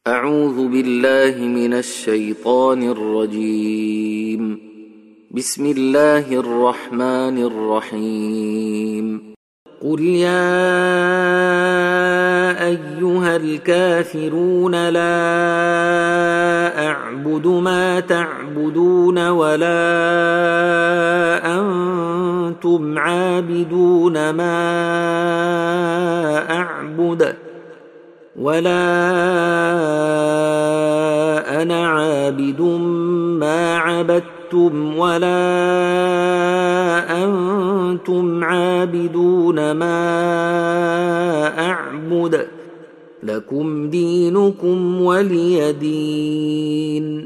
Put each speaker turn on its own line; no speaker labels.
أعوذ بالله من الشيطان الرجيم. بسم الله الرحمن الرحيم. قل يا أيها الكافرون لا أعبد ما تعبدون ولا أنتم عابدون ما أعبد ولا أنا عابد ما عبدتم ولا أنتم عابدون ما أعبد لكم دينكم ولي دين.